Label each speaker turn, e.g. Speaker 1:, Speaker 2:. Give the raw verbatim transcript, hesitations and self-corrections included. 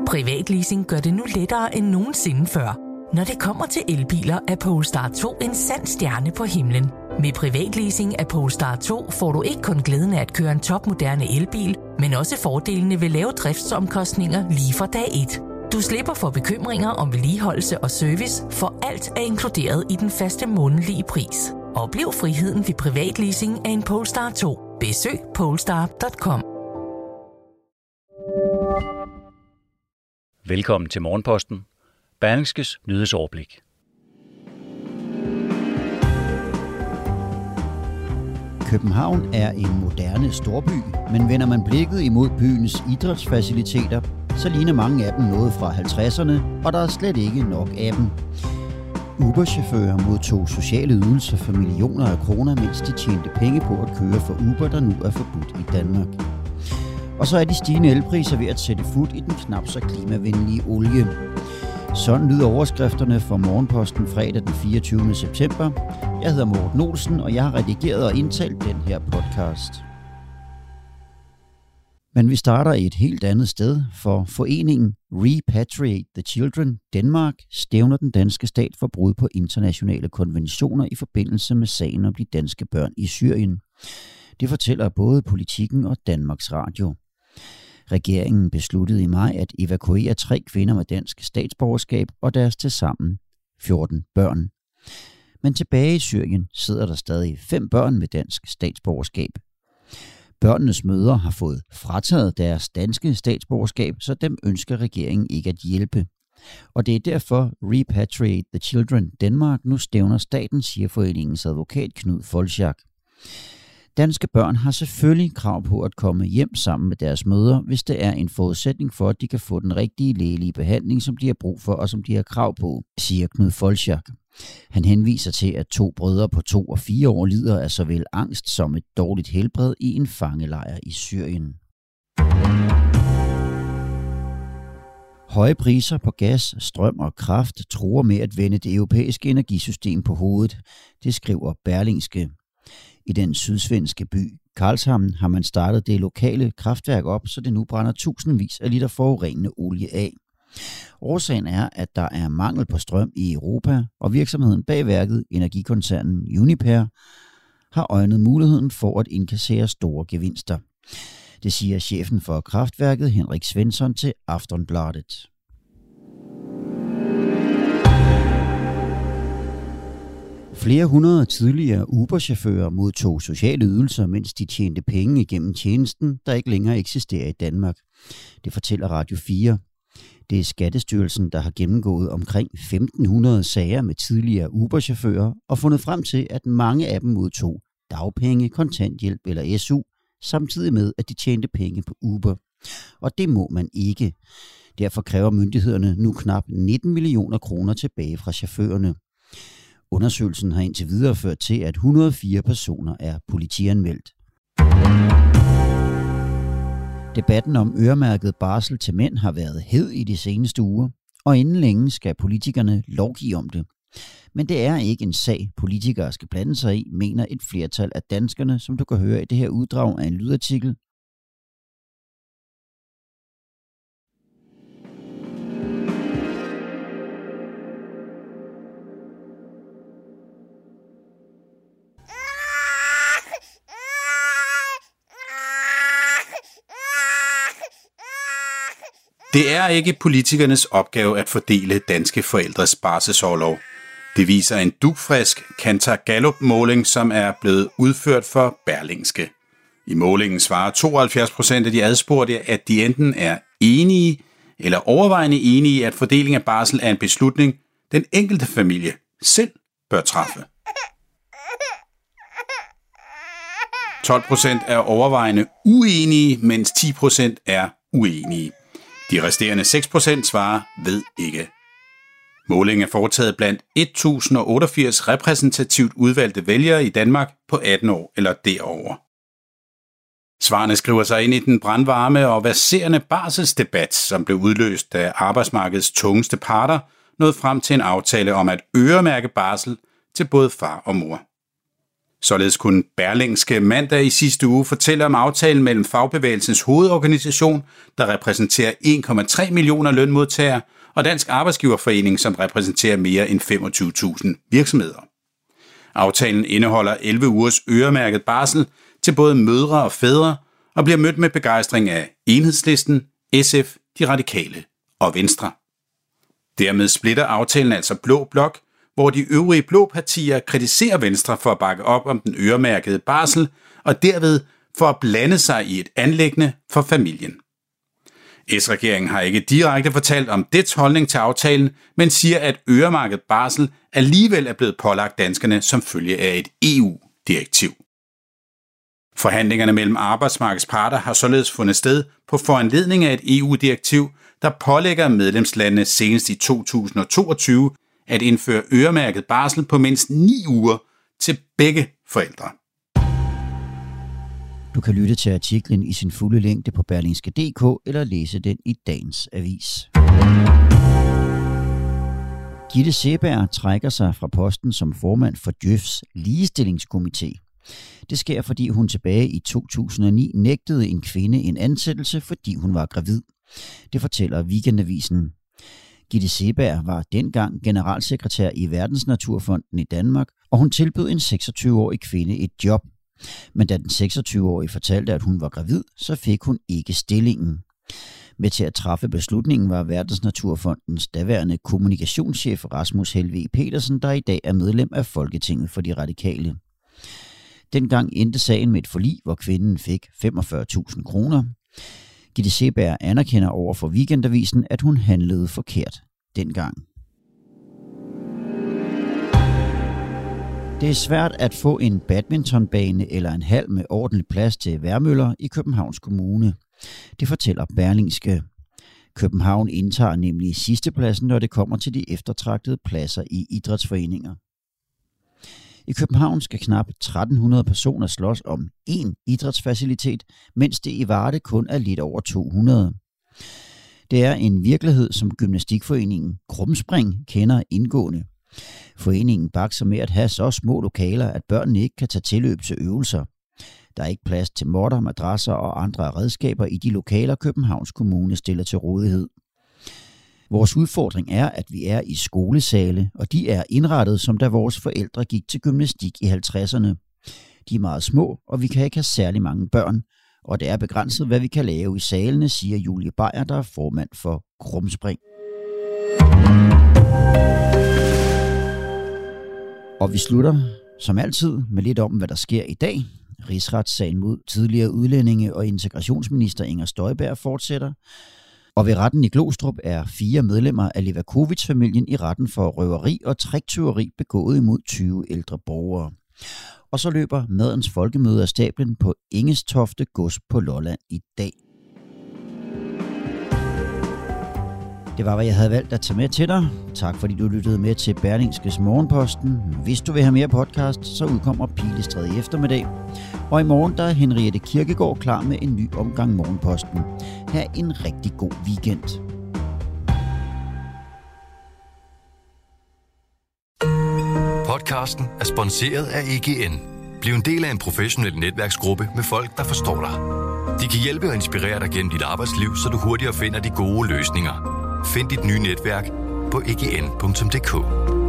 Speaker 1: Privatleasing gør det nu lettere end nogensinde før. Når det kommer til elbiler, er Polestar to en sand stjerne på himlen. Med privatleasing af Polestar to får du ikke kun glæden af at køre en topmoderne elbil, men også fordelene ved lave driftsomkostninger lige fra dag et. Du slipper for bekymringer om vedligeholdelse og service, for alt er inkluderet i den faste månedlige pris. Oplev friheden ved privatleasing af en Polestar to. Besøg polestar punktum com.
Speaker 2: Velkommen til Morgenposten. Berlingskes nyhedsoverblik.
Speaker 3: København er en moderne storby, men vender man blikket imod byens idrætsfaciliteter, så ligner mange af dem noget fra halvtredserne, og der er slet ikke nok af dem. Uber-chauffører modtog sociale ydelser for millioner af kroner, mens de tjente penge på at køre for Uber, der nu er forbudt i Danmark. Og så er de stigende elpriser ved at sætte fut i den knap så klimavenlige olie. Sådan lyder overskrifterne for Morgenposten fredag den fireogtyvende september. Jeg hedder Morten Olsen, og jeg har redigeret og indtalt den her podcast. Men vi starter et helt andet sted, for foreningen Repatriate the Children Denmark stævner den danske stat for brud på internationale konventioner i forbindelse med sagen om de danske børn i Syrien. Det fortæller både Politikken og Danmarks Radio. Regeringen besluttede i maj at evakuere tre kvinder med dansk statsborgerskab og deres tilsammen fjorten børn. Men tilbage i Syrien sidder der stadig fem børn med dansk statsborgerskab. Børnenes mødre har fået frataget deres danske statsborgerskab, så dem ønsker regeringen ikke at hjælpe. Og det er derfor Repatriate the Children Denmark nu stævner staten, siger foreningens advokat Knud Folchak. Danske børn har selvfølgelig krav på at komme hjem sammen med deres mødre, hvis det er en forudsætning for, at de kan få den rigtige lægelige behandling, som de har brug for og som de har krav på, siger Knud Folchak. Han henviser til, at to brødre på to og fire år lider af såvel angst som et dårligt helbred i en fangelejr i Syrien. Høje priser på gas, strøm og kraft truer med at vende det europæiske energisystem på hovedet, det skriver Berlingske. I den sydsvenske by Karlshamn har man startet det lokale kraftværk op, så det nu brænder tusindvis af liter forurenende olie af. Årsagen er, at der er mangel på strøm i Europa, og virksomheden bag værket, energikoncernen Uniper, har øjnet muligheden for at indkassere store gevinster. Det siger chefen for kraftværket, Henrik Svensson, til Aftonbladet. Flere hundrede tidligere Uber-chauffører modtog sociale ydelser, mens de tjente penge igennem tjenesten, der ikke længere eksisterer i Danmark. Det fortæller Radio fire. Det er Skattestyrelsen, der har gennemgået omkring femten hundrede sager med tidligere Uber-chauffører og fundet frem til, at mange af dem modtog dagpenge, kontanthjælp eller S U, samtidig med, at de tjente penge på Uber. Og det må man ikke. Derfor kræver myndighederne nu knap nitten millioner kroner tilbage fra chaufførerne. Undersøgelsen har indtil videre ført til, at et hundrede og fire personer er politianmeldt. Debatten om øremærket barsel til mænd har været hed i de seneste uger, og inden længe skal politikerne lovgive om det. Men det er ikke en sag, politikere skal blande sig i, mener et flertal af danskerne, som du kan høre i det her uddrag af en lydartikel.
Speaker 4: Det er ikke politikernes opgave at fordele danske forældres barselsorlov. Det viser en dugfrisk Kantar Gallup-måling, som er blevet udført for Berlingske. I målingen svarer tooghalvfjerds procent af de adspurgte, at de enten er enige eller overvejende enige i, at fordeling af barsel er en beslutning, den enkelte familie selv bør træffe. tolv procent er overvejende uenige, mens ti procent er uenige. De resterende seks procent svarer ved ikke. Målingen er foretaget blandt et tusind og otteogfirs repræsentativt udvalgte vælgere i Danmark på atten år eller derover. Svarene skriver sig ind i den brandvarme og verserende barselsdebat, som blev udløst, da arbejdsmarkedets tungeste parter nåede frem til en aftale om at øremærke barsel til både far og mor. Således kunne Berlingske mandag i sidste uge fortælle om aftalen mellem Fagbevægelsens hovedorganisation, der repræsenterer en komma tre millioner lønmodtagere, og Dansk Arbejdsgiverforening, som repræsenterer mere end femogtyve tusind virksomheder. Aftalen indeholder elleve ugers øremærket barsel til både mødre og fædre, og bliver mødt med begejstring af Enhedslisten, S F, De Radikale og Venstre. Dermed splitter aftalen altså blå blok, hvor de øvrige blå partier kritiserer Venstre for at bakke op om den øremærkede barsel, og derved for at blande sig i et anliggende for familien. S-regeringen har ikke direkte fortalt om dets holdning til aftalen, men siger, at øremærket barsel alligevel er blevet pålagt danskerne som følge af et E U-direktiv. Forhandlingerne mellem arbejdsmarkedets parter har således fundet sted på foranledning af et E U-direktiv, der pålægger medlemslandene senest i to tusind og toogtyve at indføre øremærket barsel på mindst ni uger til begge forældre.
Speaker 3: Du kan lytte til artiklen i sin fulde længde på berlingske punktum d k eller læse den i dagens avis. Gitte Seeberg trækker sig fra posten som formand for D J Ø F's ligestillingskomité. Det sker, fordi hun tilbage i to tusind og ni nægtede en kvinde en ansættelse, fordi hun var gravid. Det fortæller Weekendavisen. Gitte Seeberg var dengang generalsekretær i Verdensnaturfonden i Danmark, og hun tilbød en seksogtyve-årig kvinde et job. Men da den seksogtyve-årige fortalte, at hun var gravid, så fik hun ikke stillingen. Med til at træffe beslutningen var Verdensnaturfondens daværende kommunikationschef Rasmus Helveg Petersen, der i dag er medlem af Folketinget for De Radikale. Dengang endte sagen med et forlig, hvor kvinden fik femogfyrre tusind kroner. Gitte Seeberg anerkender over for Weekendavisen, at hun handlede forkert dengang. Det er svært at få en badmintonbane eller en hal med ordentlig plads til vejrmøller i Københavns Kommune. Det fortæller Berlingske. København indtager nemlig sidstepladsen, når det kommer til de eftertragtede pladser i idrætsforeninger. I København skal knap tretten hundrede personer slås om én idrætsfacilitet, mens det i Varde kun er lidt over to hundrede. Det er en virkelighed, som gymnastikforeningen Krumspring kender indgående. Foreningen bakser med at have så små lokaler, at børnene ikke kan tage tilløb til øvelser. Der er ikke plads til måtter, madrasser og andre redskaber i de lokaler, Københavns Kommune stiller til rådighed. Vores udfordring er, at vi er i skolesale, og de er indrettet, som da vores forældre gik til gymnastik i halvtredserne. De er meget små, og vi kan ikke have særlig mange børn, og det er begrænset, hvad vi kan lave i salene, siger Julie Beyer, der er formand for Krumspring. Og vi slutter, som altid, med lidt om, hvad der sker i dag. Rigsretssagen mod tidligere udlændinge og integrationsminister Inger Støjberg fortsætter. Og ved retten i Glostrup er fire medlemmer af Levakovic-familien i retten for røveri og tricktyveri begået imod tyve ældre borgere. Og så løber Madens Folkemøde af stablen på Ingestofte Gods på Lolland i dag. Det var, hvad jeg havde valgt at tage med til dig. Tak fordi du lyttede med til Berlingskes Morgenposten. Hvis du vil have mere podcast, så udkommer Pilestræde i eftermiddag. Og i morgen der er Henriette Kirkegaard klar med en ny omgang Morgenposten. Ha' en rigtig god weekend.
Speaker 5: Podcasten er sponsoreret af E G N. Bliv en del af en professionel netværksgruppe med folk, der forstår dig. De kan hjælpe og inspirere dig gennem dit arbejdsliv, så du hurtigere finder de gode løsninger. Find dit nye netværk på e g n punktum d k.